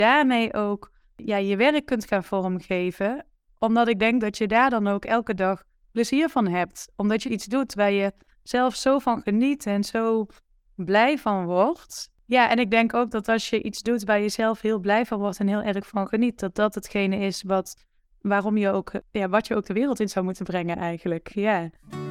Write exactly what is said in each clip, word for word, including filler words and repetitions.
daarmee ook ja, je werk kunt gaan vormgeven. Omdat ik denk dat je daar dan ook elke dag plezier van hebt. Omdat je iets doet waar je zelf zo van geniet en zo blij van wordt. Ja, en ik denk ook dat als je iets doet waar je zelf heel blij van wordt en heel erg van geniet, dat dat hetgene is wat, waarom je ook, ja, wat je ook de wereld in zou moeten brengen eigenlijk. Ja.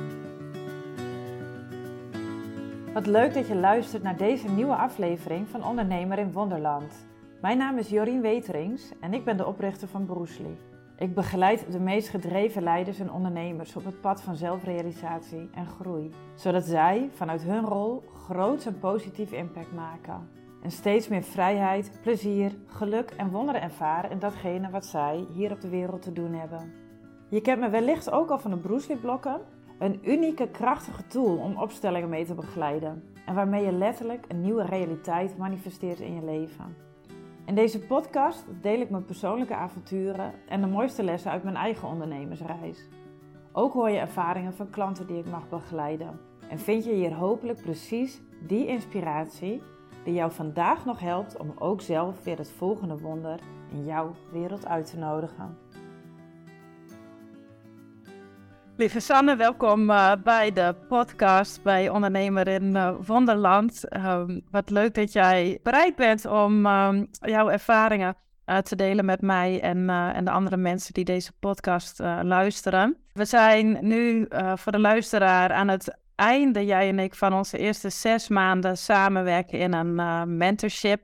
Wat leuk dat je luistert naar deze nieuwe aflevering van Ondernemer in Wonderland. Mijn naam is Jorien Weterings en ik ben de oprichter van Broesli. Ik begeleid de meest gedreven leiders en ondernemers op het pad van zelfrealisatie en groei. Zodat zij vanuit hun rol groots en positief impact maken. En steeds meer vrijheid, plezier, geluk en wonderen ervaren in datgene wat zij hier op de wereld te doen hebben. Je kent me wellicht ook al van de Broesli-blokken. Een unieke, krachtige tool om opstellingen mee te begeleiden. En waarmee je letterlijk een nieuwe realiteit manifesteert in je leven. In deze podcast deel ik mijn persoonlijke avonturen en de mooiste lessen uit mijn eigen ondernemersreis. Ook hoor je ervaringen van klanten die ik mag begeleiden. En vind je hier hopelijk precies die inspiratie die jou vandaag nog helpt om ook zelf weer het volgende wonder in jouw wereld uit te nodigen. Lieve Sanne, welkom uh, bij de podcast bij Ondernemer in uh, Wonderland. Um, wat leuk dat jij bereid bent om um, jouw ervaringen uh, te delen met mij en, uh, en de andere mensen die deze podcast uh, luisteren. We zijn nu uh, voor de luisteraar aan het einde, jij en ik, van onze eerste zes maanden samenwerken in een uh, mentorship.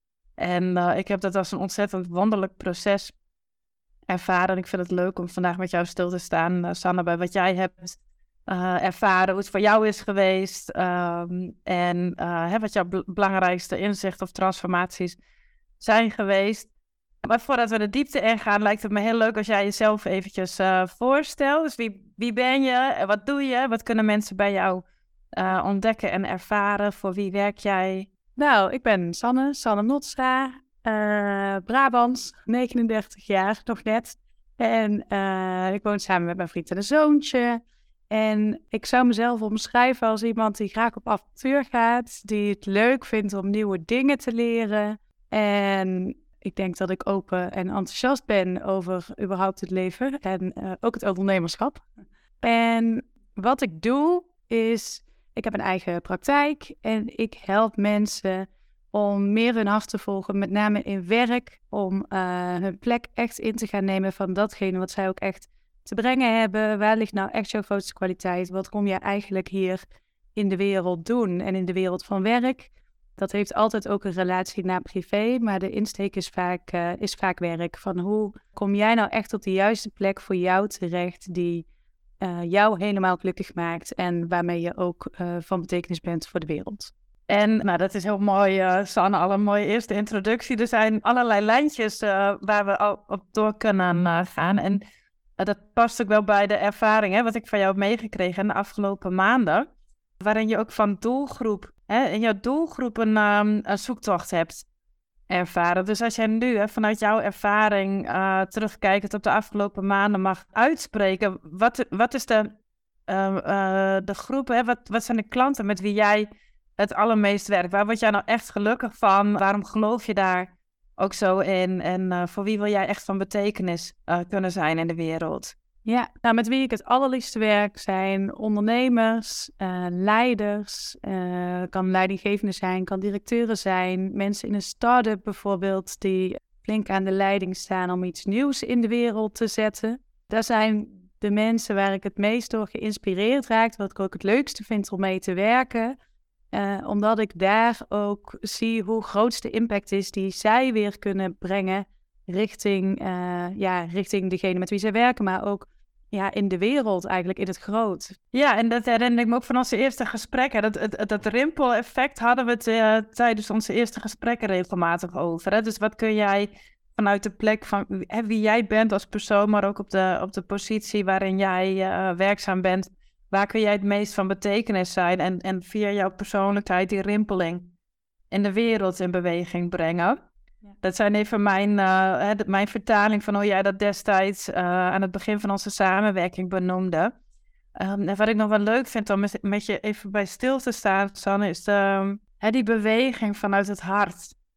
En uh, ik heb dat als een ontzettend wonderlijk proces ervaren. Ik vind het leuk om vandaag met jou stil te staan, uh, Sanne, bij wat jij hebt uh, ervaren, hoe het voor jou is geweest um, en uh, hè, wat jouw b- belangrijkste inzichten of transformaties zijn geweest. Maar voordat we de diepte ingaan, lijkt het me heel leuk als jij jezelf eventjes uh, voorstelt. Dus wie, wie ben je en wat doe je? Wat kunnen mensen bij jou uh, ontdekken en ervaren? Voor wie werk jij? Nou, ik ben Sanne, Sanne Notstra. Uh, Brabants, negenendertig jaar, nog net. En uh, ik woon samen met mijn vriend en een zoontje. En ik zou mezelf omschrijven als iemand die graag op avontuur gaat. Die het leuk vindt om nieuwe dingen te leren. En ik denk dat ik open en enthousiast ben over überhaupt het leven. En uh, ook het ondernemerschap. En wat ik doe is, ik heb een eigen praktijk. En ik help mensen om meer hun hart te volgen, met name in werk, om uh, hun plek echt in te gaan nemen van datgene wat zij ook echt te brengen hebben. Waar ligt nou echt jouw grootste kwaliteit? Wat kom jij eigenlijk hier in de wereld doen en in de wereld van werk? Dat heeft altijd ook een relatie naar privé, maar de insteek is vaak, uh, is vaak werk. Van hoe kom jij nou echt op de juiste plek voor jou terecht die uh, jou helemaal gelukkig maakt en waarmee je ook uh, van betekenis bent voor de wereld. En nou, dat is heel mooi, uh, Sanne, al een mooie eerste introductie. Er zijn allerlei lijntjes uh, waar we al op door kunnen uh, gaan. En uh, dat past ook wel bij de ervaring, hè, wat ik van jou heb meegekregen in de afgelopen maanden. Waarin je ook van doelgroep, hè, in jouw doelgroep een, um, een zoektocht hebt ervaren. Dus als jij nu hè, vanuit jouw ervaring uh, terugkijkend op de afgelopen maanden mag uitspreken. Wat, wat is de, uh, uh, de groep, hè, wat, wat zijn de klanten met wie jij het allermeest werkt? Waar word jij nou echt gelukkig van? Waarom geloof je daar ook zo in? En uh, voor wie wil jij echt van betekenis uh, kunnen zijn in de wereld? Ja, nou met wie ik het allerliefste werk zijn ondernemers, uh, leiders, uh, kan leidinggevenden zijn, kan directeuren zijn, mensen in een start-up bijvoorbeeld die flink aan de leiding staan om iets nieuws in de wereld te zetten. Daar zijn de mensen waar ik het meest door geïnspireerd raak, wat ik ook het leukste vind om mee te werken. Uh, omdat ik daar ook zie hoe groot de impact is die zij weer kunnen brengen richting, uh, ja, richting degene met wie zij werken, maar ook ja, in de wereld eigenlijk, in het groot. Ja, en dat herinner ik me ook van onze eerste gesprekken. Dat, dat, dat rimpel-effect hadden we het uh, tijdens onze eerste gesprekken regelmatig over. Hè? Dus wat kun jij vanuit de plek van hè, wie jij bent als persoon, maar ook op de, op de positie waarin jij uh, werkzaam bent, waar kun jij het meest van betekenis zijn en, en via jouw persoonlijkheid die rimpeling in de wereld in beweging brengen? Ja. Dat zijn even mijn, uh, mijn vertaling van hoe jij dat destijds uh, aan het begin van onze samenwerking benoemde. Um, en wat ik nog wel leuk vind om met, met je even bij stil te staan, Sanne, is de, uh, die beweging vanuit het hart.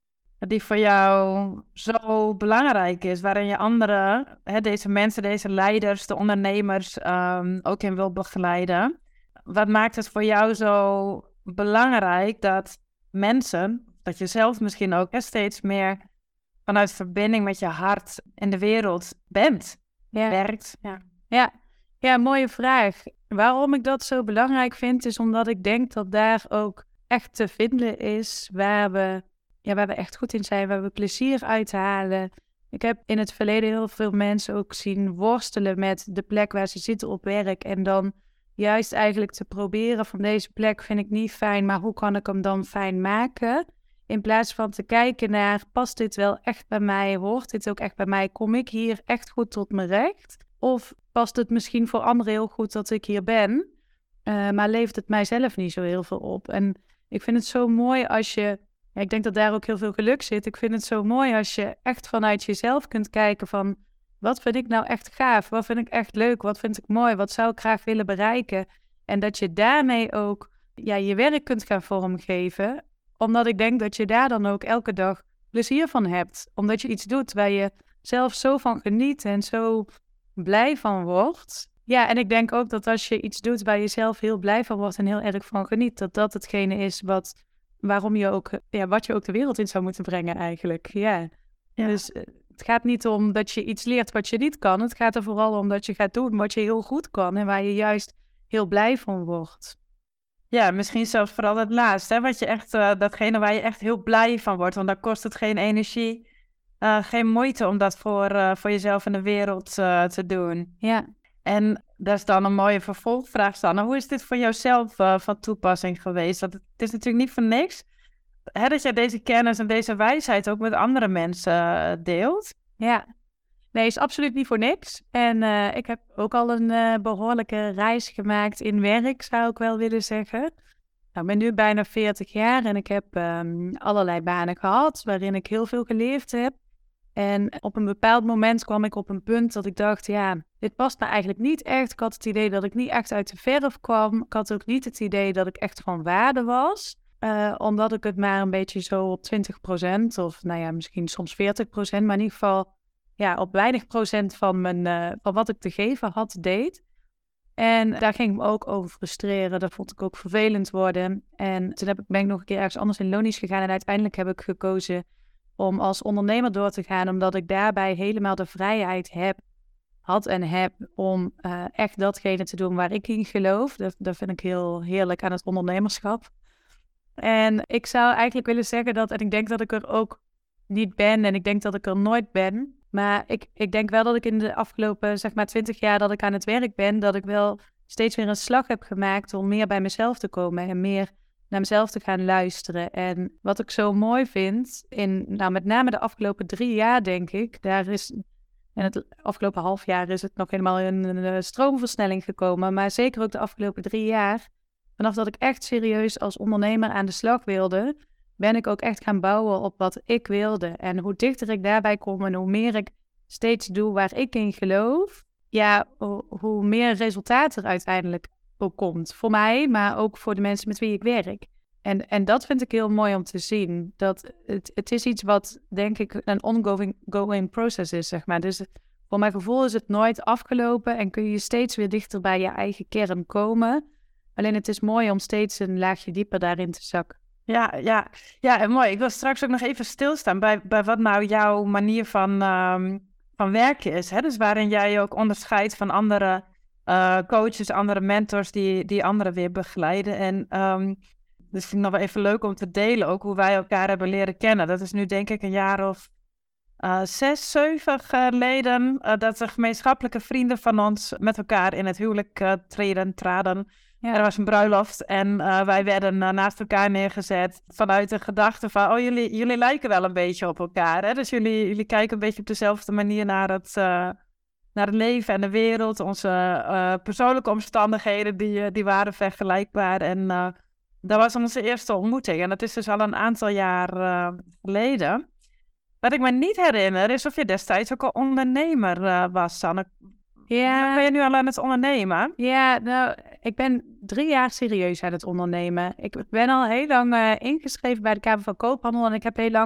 die voor jou zo belangrijk is, waarin je anderen, hè, deze mensen, deze leiders, de ondernemers um, ook in wil begeleiden. Wat maakt het voor jou zo belangrijk dat mensen, dat je zelf misschien ook hè, steeds meer vanuit verbinding met je hart in de wereld bent, Ja. werkt? Ja. Ja. ja, mooie vraag. Waarom ik dat zo belangrijk vind, is omdat ik denk dat daar ook echt te vinden is waar we, ja, waar we echt goed in zijn, waar we plezier uithalen. Ik heb in het verleden heel veel mensen ook zien worstelen met de plek waar ze zitten op werk. En dan juist eigenlijk te proberen van deze plek vind ik niet fijn, maar hoe kan ik hem dan fijn maken? In plaats van te kijken naar, past dit wel echt bij mij? Hoort dit ook echt bij mij? Kom ik hier echt goed tot mijn recht? Of past het misschien voor anderen heel goed dat ik hier ben, uh, maar levert het mijzelf niet zo heel veel op? En ik vind het zo mooi als je, ja, ik denk dat daar ook heel veel geluk zit. Ik vind het zo mooi als je echt vanuit jezelf kunt kijken van, wat vind ik nou echt gaaf? Wat vind ik echt leuk? Wat vind ik mooi? Wat zou ik graag willen bereiken? En dat je daarmee ook ja, je werk kunt gaan vormgeven, omdat ik denk dat je daar dan ook elke dag plezier van hebt. Omdat je iets doet waar je zelf zo van geniet en zo blij van wordt. Ja, en ik denk ook dat als je iets doet waar je zelf heel blij van wordt en heel erg van geniet, dat dat hetgene is wat, waarom je ook, ja, wat je ook de wereld in zou moeten brengen eigenlijk. Ja. Ja. Dus uh, het gaat niet om dat je iets leert wat je niet kan. Het gaat er vooral om dat je gaat doen wat je heel goed kan en waar je juist heel blij van wordt. Ja, misschien zelfs vooral het laatste, hè? Wat je echt, uh, datgene waar je echt heel blij van wordt. Want dan kost het geen energie, uh, geen moeite om dat voor, uh, voor jezelf en de wereld uh, te doen. Ja. En dat is dan een mooie vervolgvraag, Sanne. Hoe is dit voor jouzelf uh, van toepassing geweest? Dat het, het is natuurlijk niet voor niks hè, dat jij deze kennis en deze wijsheid ook met andere mensen uh, deelt. Ja. Nee, is absoluut niet voor niks. En uh, ik heb ook al een uh, behoorlijke reis gemaakt in werk, zou ik wel willen zeggen. Nou, ik ben nu bijna veertig jaar en ik heb um, allerlei banen gehad waarin ik heel veel geleerd heb. En op een bepaald moment kwam ik op een punt dat ik dacht, ja, dit past me eigenlijk niet echt. Ik had het idee dat ik niet echt uit de verf kwam. Ik had ook niet het idee dat ik echt van waarde was. Uh, omdat ik het maar een beetje zo op twintig procent of nou ja, misschien soms veertig procent, maar in ieder geval ja, op weinig procent van, mijn, uh, van wat ik te geven had, deed. En daar ging ik me ook over frustreren. Dat vond ik ook vervelend worden. En toen heb ik, ben ik nog een keer ergens anders in loondienst gegaan. En uiteindelijk heb ik gekozen om als ondernemer door te gaan. Omdat ik daarbij helemaal de vrijheid heb, had en heb om uh, echt datgene te doen waar ik in geloof. Dat, dat vind ik heel heerlijk aan het ondernemerschap. En ik zou eigenlijk willen zeggen dat, en ik denk dat ik er ook niet ben. En ik denk dat ik er nooit ben. Maar ik, ik denk wel dat ik in de afgelopen, zeg maar, twintig jaar dat ik aan het werk ben, dat ik wel steeds weer een slag heb gemaakt om meer bij mezelf te komen en meer naar mezelf te gaan luisteren. En wat ik zo mooi vind, in, nou met name de afgelopen drie jaar denk ik, daar is, in het afgelopen half jaar is het nog helemaal in een stroomversnelling gekomen, maar zeker ook de afgelopen drie jaar, vanaf dat ik echt serieus als ondernemer aan de slag wilde, ben ik ook echt gaan bouwen op wat ik wilde. En hoe dichter ik daarbij kom en hoe meer ik steeds doe waar ik in geloof, ja, hoe, hoe meer resultaat er uiteindelijk ook komt. Voor mij, maar ook voor de mensen met wie ik werk. En, en dat vind ik heel mooi om te zien. Dat het, het is iets wat, denk ik, een ongoing going process is, zeg maar. Dus voor mijn gevoel is het nooit afgelopen en kun je steeds weer dichter bij je eigen kern komen. Alleen het is mooi om steeds een laagje dieper daarin te zakken. Ja, ja, ja, en mooi. Ik wil straks ook nog even stilstaan bij, bij wat nou jouw manier van, um, van werken is. Hè? Dus waarin jij je ook onderscheidt van andere uh, coaches, andere mentors die, die anderen weer begeleiden. En um, dus vind ik nog wel even leuk om te delen ook hoe wij elkaar hebben leren kennen. Dat is nu denk ik een jaar of uh, zes, zeven geleden uh, dat de gemeenschappelijke vrienden van ons met elkaar in het huwelijk uh, treden, traden. Ja. Er was een bruiloft en uh, wij werden uh, naast elkaar neergezet vanuit de gedachte van, oh, jullie, jullie lijken wel een beetje op elkaar. Hè? Dus jullie, jullie kijken een beetje op dezelfde manier naar het, uh, naar het leven en de wereld. Onze uh, persoonlijke omstandigheden, die, die waren vergelijkbaar. En uh, dat was onze eerste ontmoeting. En dat is dus al een aantal jaar uh, geleden. Wat ik me niet herinner is of je destijds ook een ondernemer uh, was, Sanne. Ja. Ben je nu al aan het ondernemen? Ja, nou, ik ben drie jaar serieus aan het ondernemen. Ik ben al heel lang uh, ingeschreven bij de Kamer van Koophandel en ik heb heel lang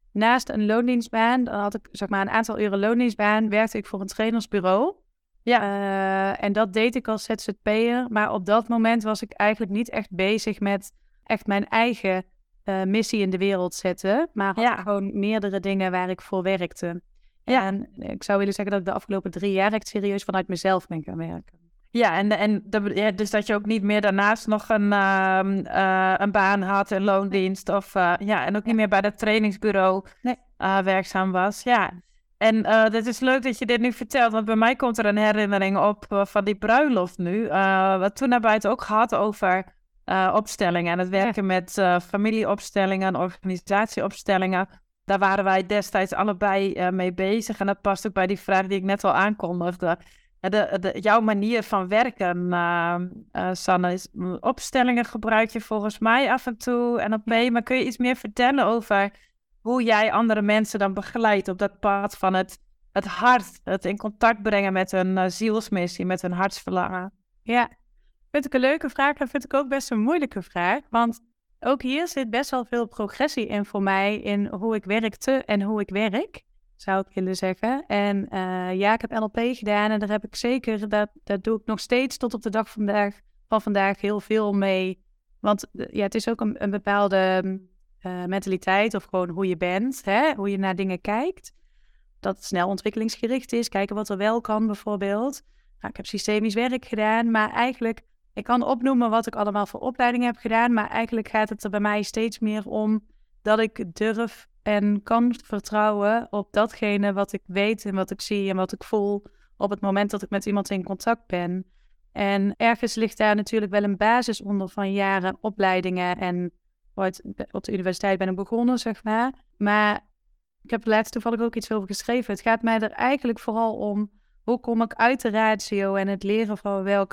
naast een loondienstbaan, dan had ik zeg maar een aantal uren loondienstbaan, werkte ik voor een trainersbureau. Ja. Uh, en dat deed ik als Z Z P'er. Maar op dat moment was ik eigenlijk niet echt bezig met echt mijn eigen uh, missie in de wereld zetten. Maar had Ja. gewoon meerdere dingen waar ik voor werkte. Ja. En ik zou willen zeggen dat ik de afgelopen drie jaar echt serieus vanuit mezelf ben gaan werken. Ja, en, en de, ja, dus dat je ook niet meer daarnaast nog een, uh, uh, een baan had, een loondienst. Of, uh, ja, en ook niet meer bij dat trainingsbureau nee. uh, werkzaam was. Ja. En uh, het is leuk dat je dit nu vertelt, want bij mij komt er een herinnering op uh, van die bruiloft nu. Uh, wat toen hebben we het ook gehad over uh, opstellingen en het werken ja. met uh, familieopstellingen, organisatieopstellingen. Daar waren wij destijds allebei uh, mee bezig en dat past ook bij die vraag die ik net al aankondigde. De, de, jouw manier van werken, uh, uh, Sanne, is opstellingen gebruik je volgens mij af en toe en op mee. Maar kun je iets meer vertellen over hoe jij andere mensen dan begeleidt op dat pad van het, het hart, het in contact brengen met hun uh, zielsmissie, met hun hartsverlangen? Ja, vind ik een leuke vraag en vind ik ook best een moeilijke vraag. Want ook hier zit best wel veel progressie in voor mij in hoe ik werkte en hoe ik werk. Zou ik willen zeggen. En uh, ja, ik heb N L P gedaan en daar heb ik zeker, dat, dat doe ik nog steeds tot op de dag vandaag, van vandaag heel veel mee. Want ja, het is ook een, een bepaalde uh, mentaliteit of gewoon hoe je bent, hè? Hoe je naar dingen kijkt. Dat het snel ontwikkelingsgericht is, kijken wat er wel kan bijvoorbeeld. Nou, ik heb systemisch werk gedaan, maar eigenlijk, ik kan opnoemen wat ik allemaal voor opleidingen heb gedaan, maar eigenlijk gaat het er bij mij steeds meer om dat ik durf en kan vertrouwen op datgene wat ik weet en wat ik zie en wat ik voel op het moment dat ik met iemand in contact ben. En ergens ligt daar natuurlijk wel een basis onder van jaren opleidingen en ooit op de universiteit ben ik begonnen, zeg maar. Maar ik heb laatst toevallig ook iets over geschreven. Het gaat mij er eigenlijk vooral om, hoe kom ik uit de ratio en het leren van welk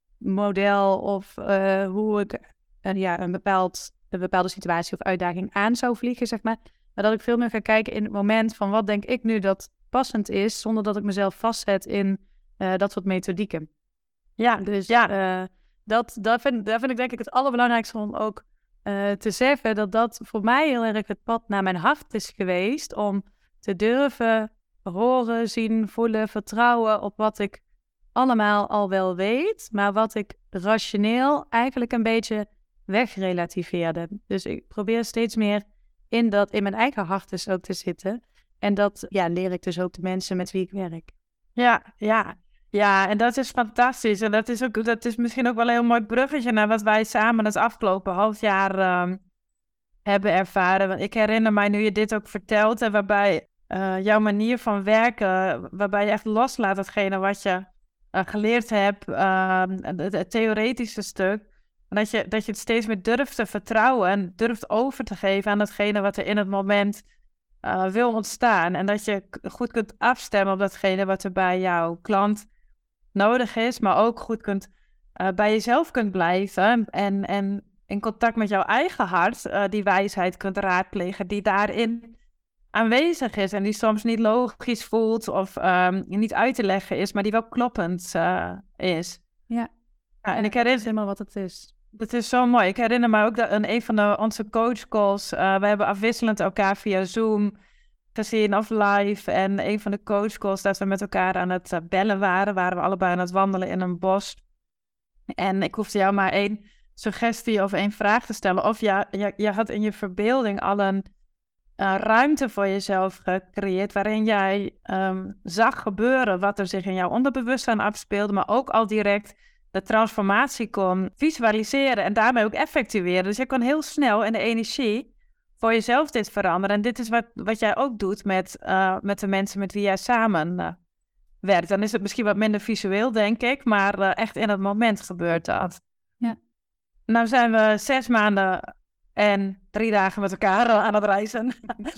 model of uh, hoe ik uh, ja, een, bepaald, een bepaalde situatie of uitdaging aan zou vliegen, zeg maar. Maar dat ik veel meer ga kijken in het moment van wat denk ik nu dat passend is, zonder dat ik mezelf vastzet in uh, dat soort methodieken. Ja, dus ja, uh, dat, dat, vind, dat vind ik denk ik het allerbelangrijkste om ook uh, te zeggen, dat dat voor mij heel erg het pad naar mijn hart is geweest, om te durven horen, zien, voelen, vertrouwen op wat ik allemaal al wel weet, maar wat ik rationeel eigenlijk een beetje wegrelativeerde. Dus ik probeer steeds meer in, dat, in mijn eigen hart dus ook te zitten. En dat ja, leer ik dus ook de mensen met wie ik werk. Ja, ja. Ja, en dat is fantastisch. En dat is, ook, dat is misschien ook wel een heel mooi bruggetje naar wat wij samen het afgelopen half jaar um, hebben ervaren. Want ik herinner mij nu je dit ook vertelt, en waarbij uh, jouw manier van werken, waarbij je echt loslaat hetgene wat je uh, geleerd hebt, uh, het, het theoretische stuk. Dat je, dat je het steeds meer durft te vertrouwen en durft over te geven aan datgene wat er in het moment uh, wil ontstaan. En dat je goed kunt afstemmen op datgene wat er bij jouw klant nodig is, maar ook goed kunt uh, bij jezelf kunt blijven en, en in contact met jouw eigen hart uh, die wijsheid kunt raadplegen die daarin aanwezig is en die soms niet logisch voelt of um, niet uit te leggen is, maar die wel kloppend uh, is. Ja, ja en ik herinner helemaal wat het is. Dat is zo mooi. Ik herinner me ook dat in een van de, onze coachcalls, uh, we hebben afwisselend elkaar via Zoom gezien of live. En een van de coachcalls dat we met elkaar aan het uh, bellen waren, waren we allebei aan het wandelen in een bos. En ik hoefde jou maar één suggestie of één vraag te stellen. Of ja, je, je had in je verbeelding al een uh, ruimte voor jezelf gecreëerd, waarin jij um, zag gebeuren wat er zich in jouw onderbewustzijn afspeelde, maar ook al direct de transformatie kon visualiseren en daarmee ook effectueren. Dus je kon heel snel in de energie voor jezelf dit veranderen. En dit is wat, wat jij ook doet met, uh, met de mensen met wie jij samen uh, werkt. Dan is het misschien wat minder visueel, denk ik, maar uh, echt in het moment gebeurt dat. Ja. Nou zijn we zes maanden en drie dagen met elkaar aan het reizen.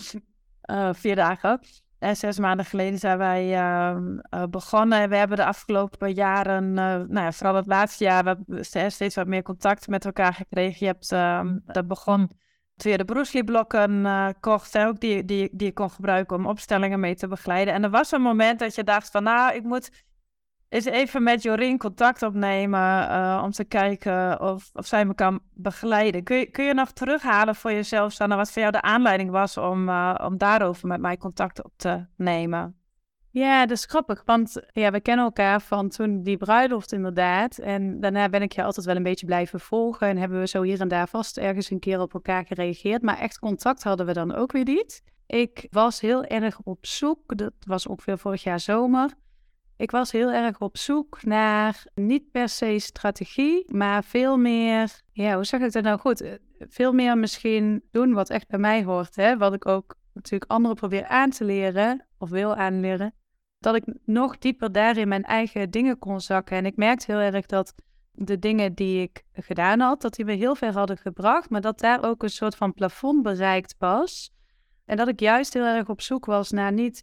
uh, vier dagen. En zes maanden geleden zijn wij uh, uh, begonnen. We hebben de afgelopen jaren, uh, nou ja, vooral het laatste jaar, we hebben steeds wat meer contact met elkaar gekregen. Je hebt, uh, dat begon toen je de Bruce Lee blokken uh, kocht, hè, ook die, die, die je kon gebruiken om opstellingen mee te begeleiden. En er was een moment dat je dacht van, nou, ik moet, is even met Jorien contact opnemen uh, om te kijken of, of zij me kan begeleiden. Kun je, kun je nog terughalen voor jezelf, Sanne, wat voor jou de aanleiding was om, uh, om daarover met mij contact op te nemen? Ja, dat is grappig, want ja, we kennen elkaar van toen die bruiloft inderdaad. En daarna ben ik je altijd wel een beetje blijven volgen en hebben we zo hier en daar vast ergens een keer op elkaar gereageerd. Maar echt contact hadden we dan ook weer niet. Ik was heel erg op zoek, dat was ongeveer vorig jaar zomer. Ik was heel erg op zoek naar niet per se strategie, maar veel meer, ja, hoe zeg ik dat nou goed? Veel meer misschien doen wat echt bij mij hoort, hè? Wat ik ook natuurlijk anderen probeer aan te leren, of wil aanleren. Dat ik nog dieper daarin mijn eigen dingen kon zakken. En ik merkte heel erg dat de dingen die ik gedaan had, dat die me heel ver hadden gebracht, maar dat daar ook een soort van plafond bereikt was. En dat ik juist heel erg op zoek was naar niet...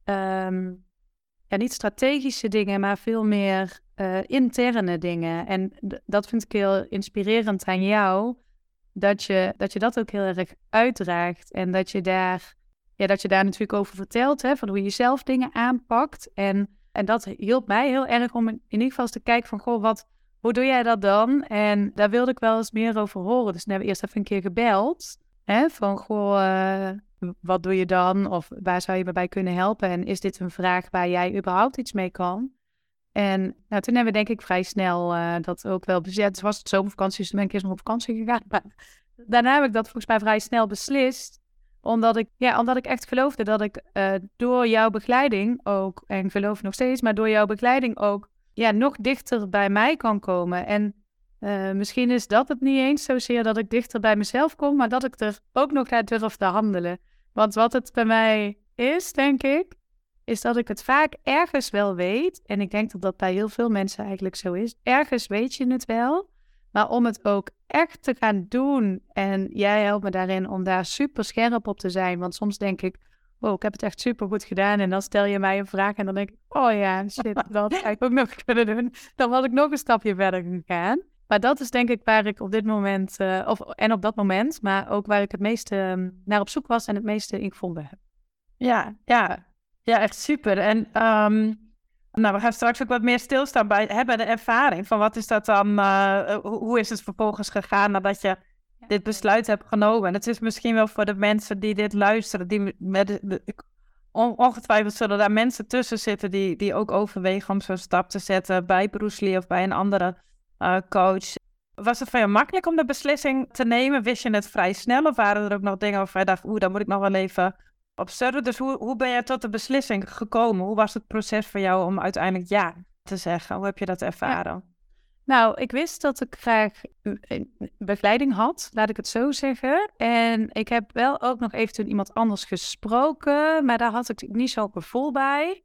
Um, Ja, niet strategische dingen, maar veel meer uh, interne dingen. En d- dat vind ik heel inspirerend aan jou. Dat je, dat je dat ook heel erg uitdraagt. En dat je daar, ja, dat je daar natuurlijk over vertelt. Hè, van hoe je zelf dingen aanpakt. En, en dat hielp mij heel erg om in, in ieder geval eens te kijken van... Goh, wat, hoe doe jij dat dan? En daar wilde ik wel eens meer over horen. Dus dan hebben we eerst even een keer gebeld. Hè, van goh... Uh, Wat doe je dan? Of waar zou je me bij kunnen helpen? En is dit een vraag waar jij überhaupt iets mee kan? En nou, toen hebben we denk ik vrij snel uh, dat ook wel bezet. Het was het zomervakantie, dus toen ben ik eerst nog op vakantie gegaan. Maar daarna heb ik dat volgens mij vrij snel beslist. Omdat ik, ja, omdat ik echt geloofde dat ik uh, door jouw begeleiding ook, en ik geloof nog steeds, maar door jouw begeleiding ook ja, nog dichter bij mij kan komen. En Uh, misschien is dat het niet eens zozeer dat ik dichter bij mezelf kom, maar dat ik er ook nog naar durf te handelen. Want wat het bij mij is, denk ik, is dat ik het vaak ergens wel weet. En ik denk dat dat bij heel veel mensen eigenlijk zo is. Ergens weet je het wel, maar om het ook echt te gaan doen. En jij helpt me daarin om daar super scherp op te zijn. Want soms denk ik, wow, ik heb het echt super goed gedaan. En dan stel je mij een vraag en dan denk ik, oh ja, shit, dat zou ik ook nog kunnen doen. Dan was ik nog een stapje verder gegaan. Maar dat is denk ik waar ik op dit moment, uh, of, en op dat moment, maar ook waar ik het meeste um, naar op zoek was en het meeste in gevonden heb. Ja, ja, ja, echt super. En um, nou, we gaan straks ook wat meer stilstaan bij, hè, bij de ervaring. Van wat is dat dan, uh, hoe is het vervolgens gegaan nadat je ja. dit besluit hebt genomen? En het is misschien wel voor de mensen die dit luisteren, die met de, de, on, ongetwijfeld zullen daar mensen tussen zitten die, die ook overwegen om zo'n stap te zetten bij Bruce Lee of bij een andere Uh, coach. Was het voor jou makkelijk om de beslissing te nemen? Wist je het vrij snel? Of waren er ook nog dingen waarvan je dacht, oeh, daar moet ik nog wel even op surfen? Dus hoe, hoe ben je tot de beslissing gekomen? Hoe was het proces voor jou om uiteindelijk ja te zeggen? Hoe heb je dat ervaren? Ja. Nou, ik wist dat ik graag begeleiding had, laat ik het zo zeggen. En ik heb wel ook nog even toen iemand anders gesproken, maar daar had ik niet zo'n gevoel bij.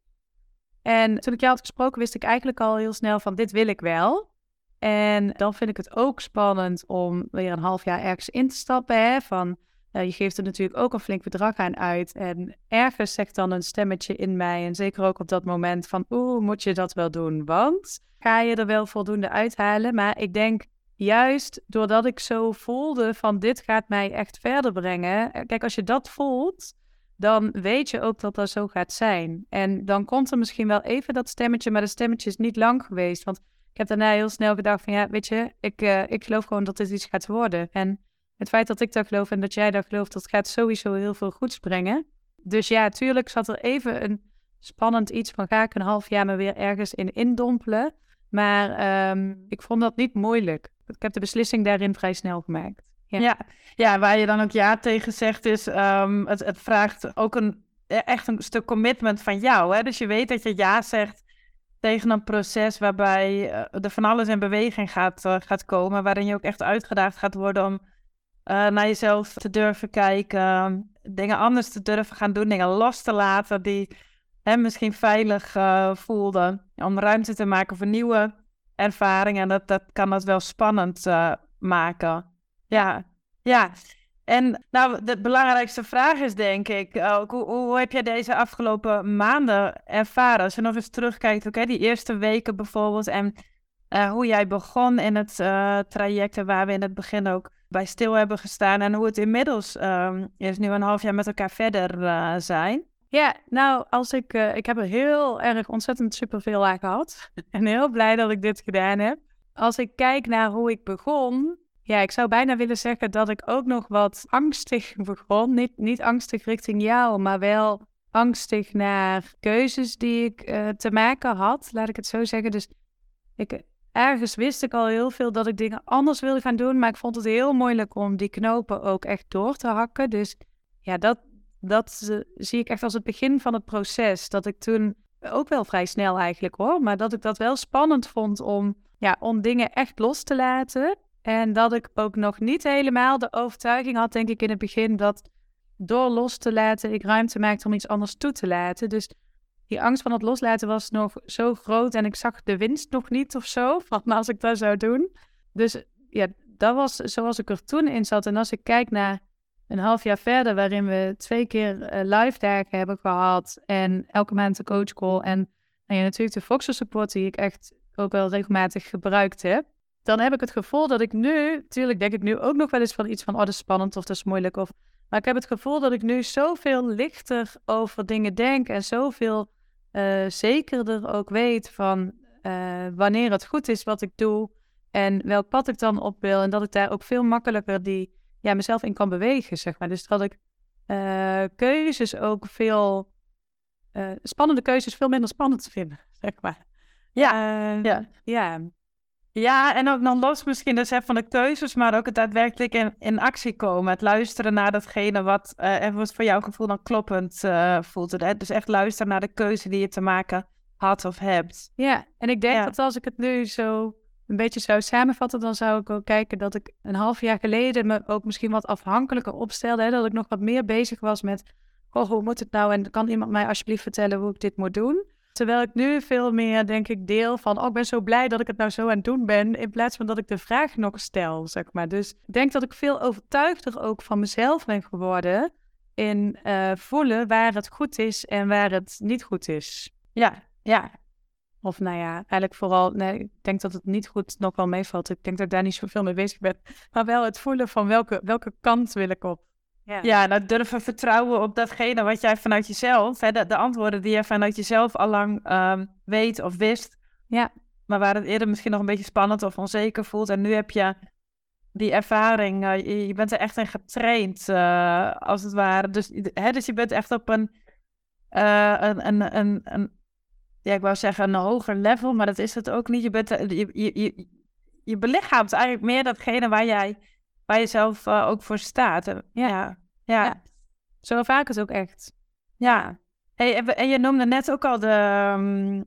En toen ik jou had gesproken, wist ik eigenlijk al heel snel van, dit wil ik wel. En dan vind ik het ook spannend om weer een half jaar ergens in te stappen. Hè? Van, uh, je geeft er natuurlijk ook een flink bedrag aan uit. En ergens zegt dan een stemmetje in mij, en zeker ook op dat moment van, oeh, moet je dat wel doen? Want ga je er wel voldoende uithalen? Maar ik denk juist doordat ik zo voelde van, dit gaat mij echt verder brengen. Kijk, als je dat voelt, dan weet je ook dat dat zo gaat zijn. En dan komt er misschien wel even dat stemmetje, maar dat stemmetje is niet lang geweest. Want ik heb daarna heel snel gedacht van ja, weet je, ik, uh, ik geloof gewoon dat dit iets gaat worden. En het feit dat ik dat geloof en dat jij dat gelooft, dat gaat sowieso heel veel goeds brengen. Dus ja, tuurlijk zat er even een spannend iets van ga ik een half jaar me weer ergens in indompelen. Maar um, ik vond dat niet moeilijk. Ik heb de beslissing daarin vrij snel gemaakt. Ja, ja, ja waar je dan ook ja tegen zegt is, um, het, het vraagt ook een, echt een stuk commitment van jou. Hè? Dus je weet dat je ja zegt tegen een proces waarbij uh, er van alles in beweging gaat, uh, gaat komen. Waarin je ook echt uitgedaagd gaat worden om uh, naar jezelf te durven kijken. Dingen anders te durven gaan doen. Dingen los te laten die hè, misschien veilig uh, voelden. Om ruimte te maken voor nieuwe ervaringen. En dat, dat kan dat wel spannend uh, maken. Ja, ja. En nou, de belangrijkste vraag is denk ik, uh, hoe, hoe heb jij deze afgelopen maanden ervaren? Als je nog eens terugkijkt, oké, die eerste weken bijvoorbeeld en uh, hoe jij begon in het uh, traject en waar we in het begin ook bij stil hebben gestaan en hoe het inmiddels um, is nu een half jaar met elkaar verder uh, zijn. Ja, nou, als ik, uh, ik heb er heel erg ontzettend superveel aan gehad. En heel blij dat ik dit gedaan heb. Als ik kijk naar hoe ik begon, ja, ik zou bijna willen zeggen dat ik ook nog wat angstig begon. Niet, niet angstig richting jou, maar wel angstig naar keuzes die ik uh, te maken had, laat ik het zo zeggen. Dus ik, ergens wist ik al heel veel dat ik dingen anders wilde gaan doen, maar ik vond het heel moeilijk om die knopen ook echt door te hakken. Dus ja, dat, dat uh, zie ik echt als het begin van het proces. Dat ik toen, ook wel vrij snel eigenlijk hoor, maar dat ik dat wel spannend vond om, ja, om dingen echt los te laten. En dat ik ook nog niet helemaal de overtuiging had, denk ik in het begin, dat door los te laten ik ruimte maakte om iets anders toe te laten. Dus die angst van het loslaten was nog zo groot en ik zag de winst nog niet of zo, van als ik dat zou doen. Dus ja, dat was zoals ik er toen in zat. En als ik kijk naar een half jaar verder, waarin we twee keer uh, live dagen hebben gehad en elke maand de coachcall en nou ja, natuurlijk de Voxer support die ik echt ook wel regelmatig gebruikt heb, dan heb ik het gevoel dat ik nu, natuurlijk denk ik nu ook nog wel eens van iets van, oh, dat is spannend of dat is moeilijk. Of, maar ik heb het gevoel dat ik nu zoveel lichter over dingen denk en zoveel uh, zekerder ook weet van uh, wanneer het goed is wat ik doe en welk pad ik dan op wil. En dat ik daar ook veel makkelijker die, ja, mezelf in kan bewegen, zeg maar. Dus dat ik uh, keuzes ook veel, uh, spannende keuzes veel minder spannend vind, zeg maar. Ja, uh, ja. ja. Ja, en ook dan los misschien dus van de keuzes, maar ook het daadwerkelijk in, in actie komen. Het luisteren naar datgene wat, uh, wat voor jouw gevoel dan kloppend uh, voelt. Hè? Dus echt luisteren naar de keuze die je te maken had of hebt. Ja, en ik denk ja. dat als ik het nu zo een beetje zou samenvatten, dan zou ik ook kijken dat ik een half jaar geleden me ook misschien wat afhankelijker opstelde. Hè? Dat ik nog wat meer bezig was met, oh, hoe moet het nou? En kan iemand mij alsjeblieft vertellen hoe ik dit moet doen? Terwijl ik nu veel meer, denk ik, deel van, oh, ik ben zo blij dat ik het nou zo aan het doen ben, in plaats van dat ik de vraag nog stel, zeg maar. Dus ik denk dat ik veel overtuigder ook van mezelf ben geworden in uh, voelen waar het goed is en waar het niet goed is. Ja, ja. Of nou ja, eigenlijk vooral, nee, ik denk dat het niet goed nog wel meevalt. Ik denk dat ik daar niet zoveel mee bezig ben. Maar wel het voelen van welke, welke kant wil ik op. Ja, ja, nou durven vertrouwen op datgene wat jij vanuit jezelf, hè, de, de antwoorden die je vanuit jezelf allang um, weet of wist. Ja. Maar waar het eerder misschien nog een beetje spannend of onzeker voelt. En nu heb je die ervaring, uh, je, je bent er echt in getraind, uh, als het ware. Dus, hè, dus je bent echt op een, uh, een, een, een, een, ja, ik wou zeggen een hoger level, maar dat is het ook niet. Je, bent, je, je, je, je belichaamt eigenlijk meer datgene waar jij... waar je zelf uh, ook voor staat. Ja. Ja. Ja. Ja. Zo ervaar ik het ook echt. Ja. Hey, en, en je noemde net ook al de, um,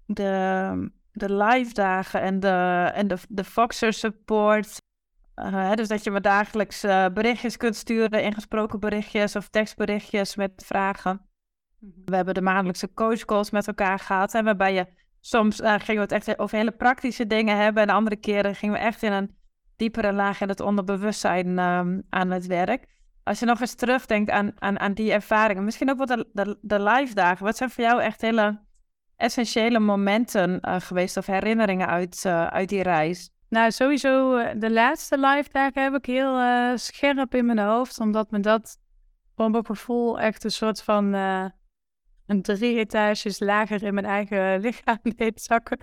de, de live dagen en de, en de, de Voxer support. Uh, hè, dus dat je me dagelijks uh, berichtjes kunt sturen, ingesproken berichtjes of tekstberichtjes met vragen. Mm-hmm. We hebben de maandelijkse coachcalls met elkaar gehad. En waarbij je soms uh, gingen we het echt over hele praktische dingen hebben. En de andere keren gingen we echt in een diepere laag in het onderbewustzijn um, aan het werk. Als je nog eens terugdenkt aan, aan, aan die ervaringen, misschien ook wat de, de, de live dagen. Wat zijn voor jou echt hele essentiële momenten uh, geweest of herinneringen uit, uh, uit die reis? Nou, sowieso uh, de laatste live dagen heb ik heel uh, scherp in mijn hoofd, omdat me dat voor mijn gevoel echt een soort van uh, een drie etages lager in mijn eigen lichaam deed zakken.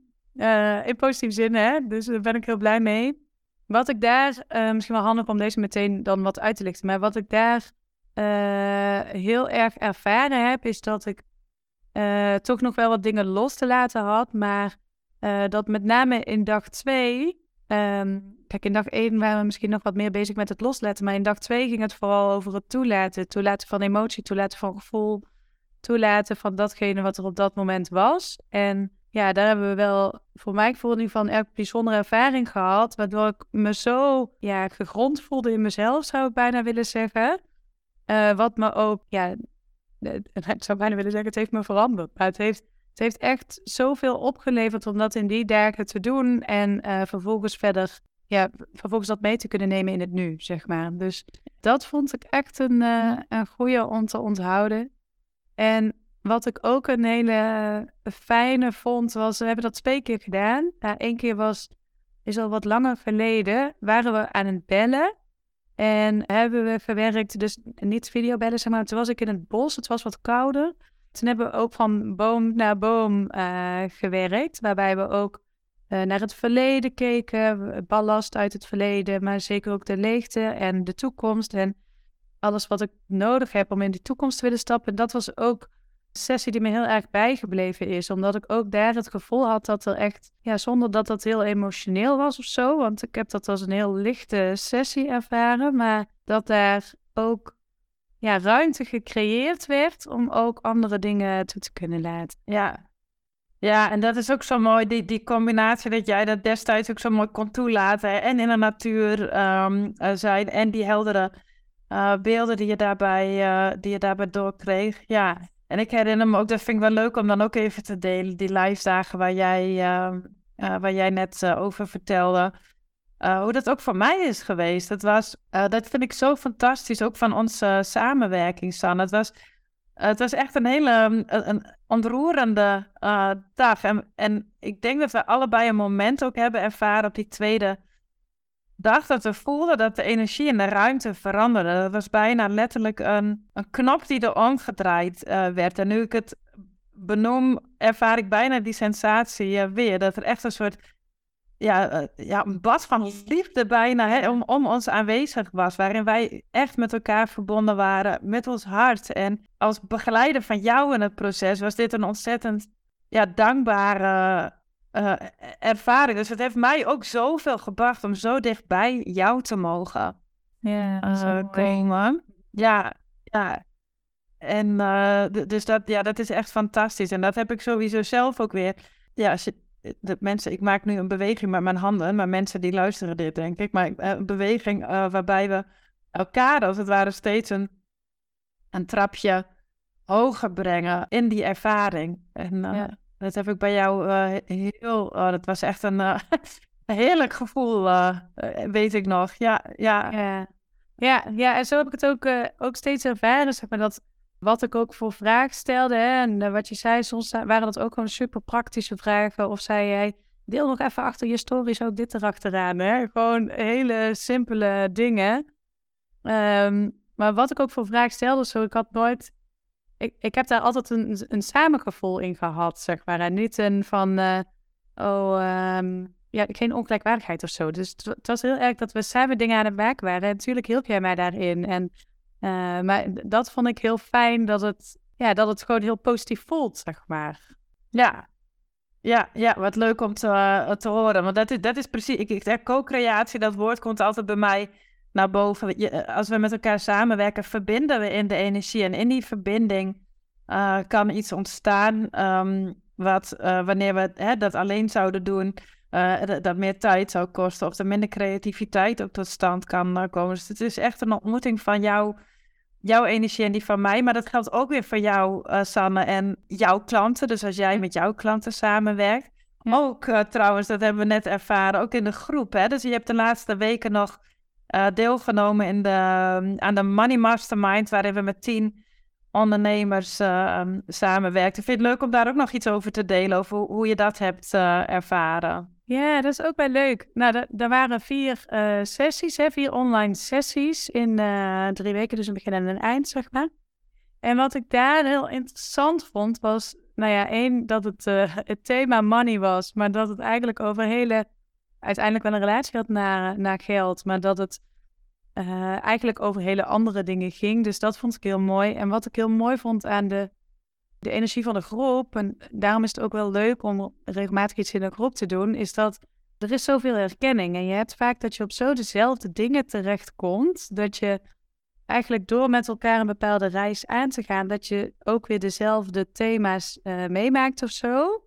Uh, in positieve zin, hè? Dus daar ben ik heel blij mee. Wat ik daar, uh, misschien wel handig om deze meteen dan wat uit te lichten, maar wat ik daar uh, heel erg ervaren heb, is dat ik uh, toch nog wel wat dingen los te laten had, maar uh, dat met name in dag twee, um, kijk in dag één waren we misschien nog wat meer bezig met het loslaten, maar in dag twee ging het vooral over het toelaten, toelaten van emotie, toelaten van gevoel, toelaten van datgene wat er op dat moment was. En ja, daar hebben we wel, voor mij gevoel in ieder geval, een erg bijzondere ervaring gehad. Waardoor ik me zo ja, gegrond voelde in mezelf, zou ik bijna willen zeggen. Uh, wat me ook, ja, ik zou bijna willen zeggen, het heeft me veranderd. Maar het heeft, het heeft echt zoveel opgeleverd om dat in die dagen te doen. En uh, vervolgens verder, ja, vervolgens dat mee te kunnen nemen in het nu, zeg maar. Dus dat vond ik echt een, uh, een goeie om te onthouden. En wat ik ook een hele fijne vond, was, we hebben dat twee keer gedaan. Nou, één keer was, is al wat langer geleden, waren we aan het bellen. En hebben we gewerkt, dus niet videobellen, zeg maar. Toen was ik in het bos, het was wat kouder. Toen hebben we ook van boom naar boom uh, gewerkt, waarbij we ook uh, naar het verleden keken, ballast uit het verleden, maar zeker ook de leegte en de toekomst en alles wat ik nodig heb om in die toekomst te willen stappen. Dat was ook een sessie die me heel erg bijgebleven is, omdat ik ook daar het gevoel had dat er echt, ja, zonder dat dat heel emotioneel was of zo, want ik heb dat als een heel lichte sessie ervaren, maar dat daar ook ja, ruimte gecreëerd werd om ook andere dingen toe te kunnen laten. Ja. Ja, en dat is ook zo mooi, die, die combinatie dat jij dat destijds ook zo mooi kon toelaten. En in de natuur um, uh, zijn en die heldere uh, beelden die je, daarbij, uh, die je daarbij doorkreeg. Ja, en ik herinner me ook, dat vind ik wel leuk om dan ook even te delen, die live dagen waar jij, uh, uh, waar jij net uh, over vertelde. Uh, hoe dat ook voor mij is geweest. Dat, was, uh, dat vind ik zo fantastisch, ook van onze samenwerking, Sanne. Het was, uh, het was echt een hele een, een ontroerende uh, dag. En, en ik denk dat we allebei een moment ook hebben ervaren op die tweede dag, dat we voelden dat de energie in de ruimte veranderde. Dat was bijna letterlijk een, een knop die er omgedraaid uh, werd. En nu ik het benoem, ervaar ik bijna die sensatie uh, weer. Dat er echt een soort... Ja, uh, ja, een bad van liefde bijna hè, om, om ons aanwezig was. Waarin wij echt met elkaar verbonden waren, met ons hart. En als begeleider van jou in het proces was dit een ontzettend ja, dankbare uh, ervaring. Dus het heeft mij ook zoveel gebracht om zo dicht bij jou te mogen ja, uh, komen. Ja, ja. En uh, d- dus dat, ja, dat is echt fantastisch. En dat heb ik sowieso zelf ook weer. Ja, als je de mensen, ik maak nu een beweging met mijn handen, maar mensen die luisteren dit, denk ik. Maar een beweging uh, waarbij we elkaar, als het ware, steeds een, een trapje hoger brengen in die ervaring. En uh, ja. dat heb ik bij jou uh, heel... Uh, dat was echt een, uh, een heerlijk gevoel, uh, weet ik nog. Ja, ja. Ja, ja, ja en zo heb ik het ook, uh, ook steeds ervaren, zeg maar, dat... Wat ik ook voor vragen stelde, hè, en uh, wat je zei, soms waren dat ook gewoon super praktische vragen. Of zei jij, deel nog even achter je stories ook dit erachteraan. Hè? Gewoon hele simpele dingen. Um, maar wat ik ook voor vragen stelde, zo, ik had nooit... Ik, ik heb daar altijd een, een samengevoel in gehad, zeg maar. En niet een van, uh, oh, um, ja, geen ongelijkwaardigheid of zo. Dus het, het was heel erg dat we samen dingen aan het maken waren. En natuurlijk hielp jij mij daarin. En... Uh, maar dat vond ik heel fijn, dat het, ja, dat het gewoon heel positief voelt, zeg maar. Ja, ja, ja wat leuk om te, uh, te horen. Want dat is, dat is precies, ik, ik, co-creatie, dat woord komt altijd bij mij naar boven. Je, als we met elkaar samenwerken, verbinden we in de energie. En in die verbinding uh, kan iets ontstaan, um, wat uh, wanneer we hè, dat alleen zouden doen, uh, dat, dat meer tijd zou kosten. Of er minder creativiteit ook tot stand kan uh, komen. Dus het is echt een ontmoeting van jou... jouw energie en die van mij, maar dat geldt ook weer voor jou, uh, Sanne, en jouw klanten. Dus als jij met jouw klanten samenwerkt. Ja. Ook uh, trouwens, dat hebben we net ervaren, ook in de groep. Hè? Dus je hebt de laatste weken nog uh, deelgenomen in de, um, aan de Money Mastermind, waarin we met tien ondernemers uh, um, samenwerken. Ik vind het leuk om daar ook nog iets over te delen, over hoe, hoe je dat hebt uh, ervaren. Ja, dat is ook wel leuk. Nou, er waren vier uh, sessies, hè, vier online sessies in uh, drie weken, dus een begin en een eind, zeg maar. En wat ik daar heel interessant vond, was, nou ja, één, dat het, uh, het thema money was, maar dat het eigenlijk over hele, uiteindelijk wel een relatie had naar, naar geld, maar dat het uh, eigenlijk over hele andere dingen ging. Dus dat vond ik heel mooi. En wat ik heel mooi vond aan de de energie van de groep, en daarom is het ook wel leuk om regelmatig iets in een groep te doen, is dat er is zoveel herkenning. En je hebt vaak dat je op zo dezelfde dingen terechtkomt, dat je eigenlijk door met elkaar een bepaalde reis aan te gaan, dat je ook weer dezelfde thema's uh, meemaakt of zo.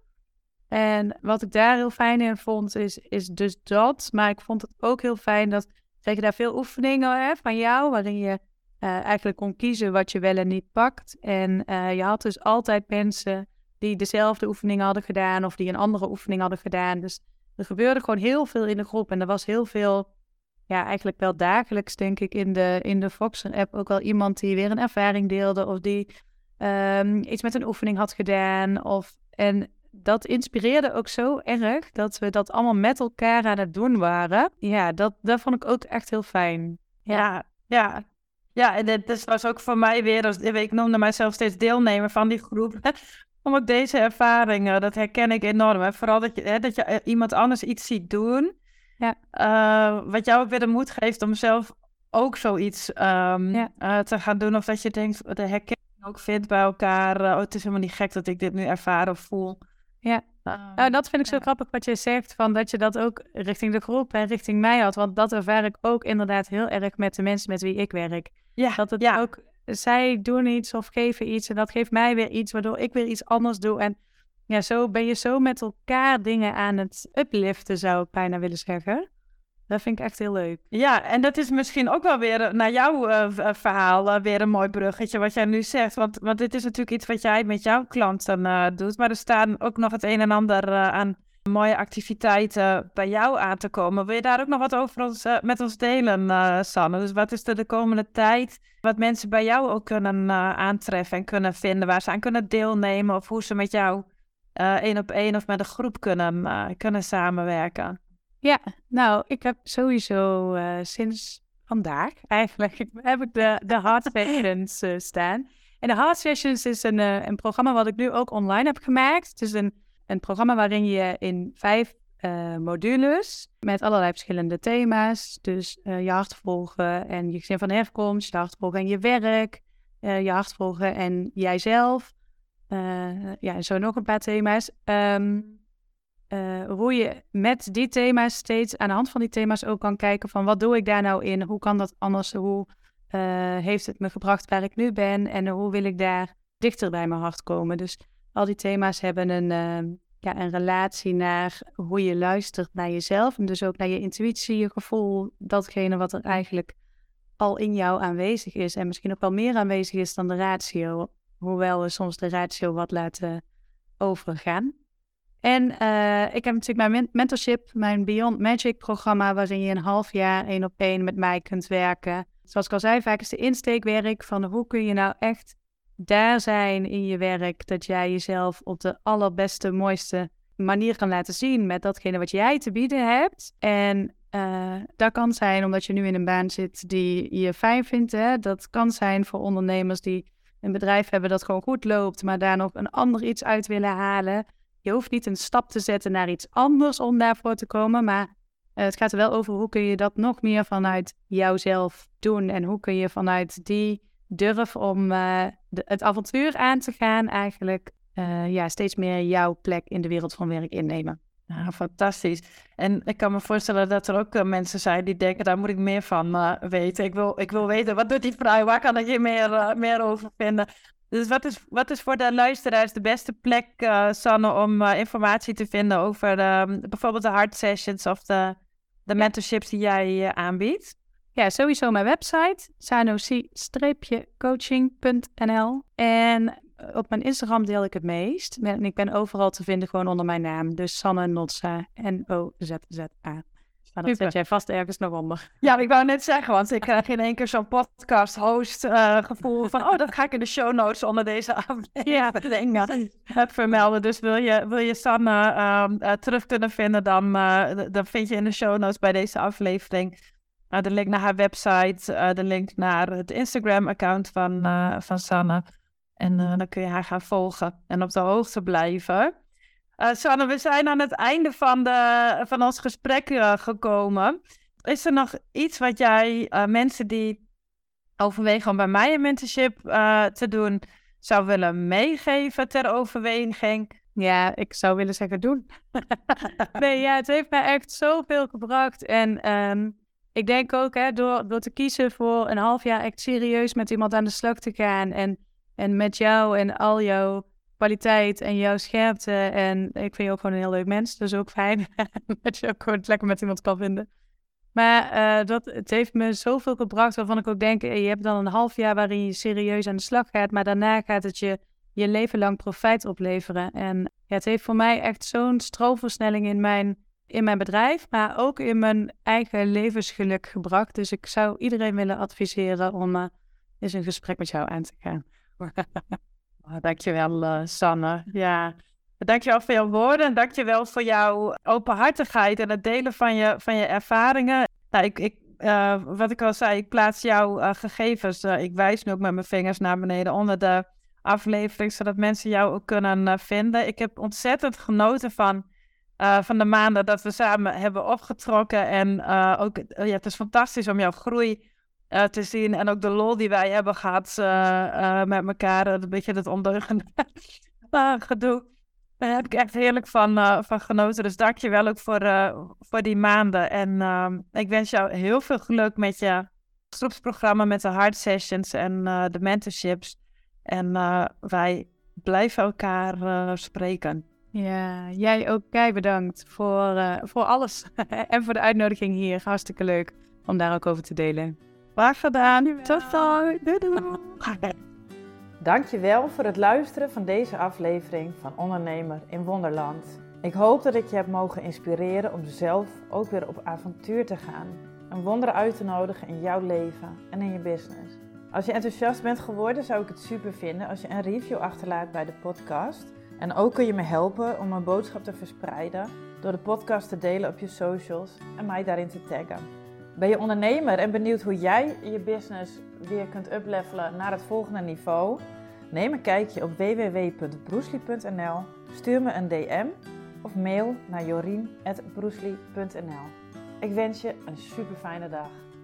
En wat ik daar heel fijn in vond, is, is dus dat. Maar ik vond het ook heel fijn dat, kreeg je daar veel oefeningen hè, van jou, waarin je Uh, eigenlijk kon kiezen wat je wel en niet pakt. En uh, je had dus altijd mensen die dezelfde oefening hadden gedaan of die een andere oefening hadden gedaan. Dus er gebeurde gewoon heel veel in de groep. En er was heel veel, ja, eigenlijk wel dagelijks, denk ik, in de, in de Voxer-app ook wel iemand die weer een ervaring deelde of die um, iets met een oefening had gedaan. Of, en dat inspireerde ook zo erg dat we dat allemaal met elkaar aan het doen waren. Ja, dat, dat vond ik ook echt heel fijn. Ja, ja. Ja, en dit dit was ook voor mij weer, als, ik noemde mijzelf steeds deelnemer van die groep. Om ook deze ervaringen, dat herken ik enorm. Hè. Vooral dat je, hè, dat je eh, iemand anders iets ziet doen. Ja. Uh, wat jou ook weer de moed geeft om zelf ook zoiets um, Ja. uh, te gaan doen. Of dat je denkt, de herkenning ook vindt bij elkaar. Uh, oh, het is helemaal niet gek dat ik dit nu ervaar of voel. Ja, Uh, nou, dat vind ik zo ja. grappig wat je zegt, van dat je dat ook richting de groep en richting mij had. Want dat ervaar ik ook inderdaad heel erg met de mensen met wie ik werk. Ja, Dat het ja. ook, zij doen iets of geven iets en dat geeft mij weer iets, waardoor ik weer iets anders doe. En ja, zo ben je zo met elkaar dingen aan het upliften, zou ik bijna willen zeggen. Dat vind ik echt heel leuk. Ja, en dat is misschien ook wel weer naar jouw uh, verhaal uh, weer een mooi bruggetje wat jij nu zegt. Want, want dit is natuurlijk iets wat jij met jouw klanten uh, doet. Maar er staan ook nog het een en ander uh, aan mooie activiteiten bij jou aan te komen. Wil je daar ook nog wat over ons, uh, met ons delen, uh, Sanne? Dus wat is er de komende tijd wat mensen bij jou ook kunnen uh, aantreffen en kunnen vinden? Waar ze aan kunnen deelnemen of hoe ze met jou uh, één op één of met een groep kunnen, uh, kunnen samenwerken? Ja, nou, ik heb sowieso uh, sinds vandaag eigenlijk heb ik de, de Heart Sessions uh, staan. En de Heart Sessions is een, uh, een programma wat ik nu ook online heb gemaakt. Het is een, een programma waarin je in vijf uh, modules met allerlei verschillende thema's, dus uh, je hart volgen en je gezin van herkomst, je hart volgen en je werk, uh, je hart volgen en jijzelf. Uh, ja, en zo nog een paar thema's. Um, Uh, hoe je met die thema's steeds aan de hand van die thema's ook kan kijken van wat doe ik daar nou in? Hoe kan dat anders? Hoe uh, heeft het me gebracht waar ik nu ben? En uh, hoe wil ik daar dichter bij mijn hart komen? Dus al die thema's hebben een, uh, ja, een relatie naar hoe je luistert naar jezelf. En dus ook naar je intuïtie, je gevoel. Datgene wat er eigenlijk al in jou aanwezig is. En misschien ook wel meer aanwezig is dan de ratio. Hoewel we soms de ratio wat laten overgaan. En uh, ik heb natuurlijk mijn mentorship, mijn Beyond Magic programma, waarin je een half jaar één op één met mij kunt werken. Zoals ik al zei, vaak is de insteekwerk van hoe kun je nou echt daar zijn in je werk, dat jij jezelf op de allerbeste, mooiste manier kan laten zien met datgene wat jij te bieden hebt. En uh, dat kan zijn omdat je nu in een baan zit die je fijn vindt. Hè? Dat kan zijn voor ondernemers die een bedrijf hebben dat gewoon goed loopt, maar daar nog een ander iets uit willen halen. Je hoeft niet een stap te zetten naar iets anders om daarvoor te komen, maar uh, het gaat er wel over hoe kun je dat nog meer vanuit jouzelf doen en hoe kun je vanuit die durf om uh, de, het avontuur aan te gaan eigenlijk uh, ja, steeds meer jouw plek in de wereld van werk innemen. Ja, fantastisch. En ik kan me voorstellen dat er ook uh, mensen zijn die denken, daar moet ik meer van uh, weten. Ik wil, ik wil weten, wat doet die vrouw? Waar kan ik hier meer, uh, meer over vinden? Dus wat is, wat is voor de luisteraars de beste plek, uh, Sanne, om uh, informatie te vinden over uh, bijvoorbeeld de Heart Sessions of de, de mentorships die jij uh, aanbiedt? Ja, sowieso mijn website, sanosi coaching punt n l. En op mijn Instagram deel ik het meest. En ik ben overal te vinden gewoon onder mijn naam. Dus Sanne Notza, N O Z Z A. Maar dat zet jij vast ergens nog onder. Ja, ik wou net zeggen, want ik krijg in één keer zo'n podcast-host uh, gevoel van, oh, dat ga ik in de show notes onder deze aflevering ja. vermelden. Dus wil je, wil je Sanne uh, uh, terug kunnen vinden, dan, uh, dan vind je in de show notes bij deze aflevering uh, de link naar haar website, uh, de link naar het Instagram-account van, uh, van Sanne. En uh, dan kun je haar gaan volgen en op de hoogte blijven. Uh, Sanne, we zijn aan het einde van, de, van ons gesprek uh, gekomen. Is er nog iets wat jij uh, mensen die overwegen om bij mij een mentorship uh, te doen, zou willen meegeven ter overweging? Ja, ik zou willen zeggen doen. Nee, ja, het heeft mij echt zoveel gebracht. En um, ik denk ook, hè, door, door te kiezen voor een half jaar echt serieus met iemand aan de slag te gaan. En, en met jou en al jouw kwaliteit en jouw scherpte. En ik vind je ook gewoon een heel leuk mens. Dus ook fijn dat je ook gewoon het lekker met iemand kan vinden. Maar uh, dat, het heeft me zoveel gebracht waarvan ik ook denk, je hebt dan een half jaar waarin je serieus aan de slag gaat. Maar daarna gaat het je je leven lang profijt opleveren. En ja, het heeft voor mij echt zo'n stroomversnelling in mijn, in mijn bedrijf, maar ook in mijn eigen levensgeluk gebracht. Dus ik zou iedereen willen adviseren om uh, eens een gesprek met jou aan te gaan. Oh, dankjewel, uh, Sanne. Ja, dankjewel voor jouw woorden en dankjewel voor jouw openhartigheid en het delen van je, van je ervaringen. Nou, ik, ik uh, wat ik al zei, ik plaats jouw uh, gegevens. Uh, ik wijs nu ook met mijn vingers naar beneden onder de aflevering, zodat mensen jou ook kunnen uh, vinden. Ik heb ontzettend genoten van, uh, van de maanden dat we samen hebben opgetrokken. En uh, ook, uh, ja, het is fantastisch om jouw groei uh, te zien. En ook de lol die wij hebben gehad uh, uh, met elkaar. Een beetje het ondeugende uh, gedoe. Daar heb ik echt heerlijk van, uh, van genoten. Dus dank je wel ook voor, uh, voor die maanden. En uh, ik wens jou heel veel geluk met je groepsprogramma, met de hard sessions en uh, de mentorships. En uh, wij blijven elkaar uh, spreken. Ja, jij ook kei bedankt voor, uh, voor alles. En voor de uitnodiging hier. Hartstikke leuk om daar ook over te delen. Graag gedaan. Tot zo. Doei doei. Dankjewel voor het luisteren van deze aflevering van Ondernemer in Wonderland. Ik hoop dat ik je heb mogen inspireren om zelf ook weer op avontuur te gaan. Een wonder uit te nodigen in jouw leven en in je business. Als je enthousiast bent geworden, zou ik het super vinden als je een review achterlaat bij de podcast. En ook kun je me helpen om mijn boodschap te verspreiden door de podcast te delen op je socials en mij daarin te taggen. Ben je ondernemer en benieuwd hoe jij je business weer kunt uplevelen naar het volgende niveau? Neem een kijkje op w w w punt broesli punt n l, stuur me een D M of mail naar jorien at broesli punt n l. Ik wens je een super fijne dag.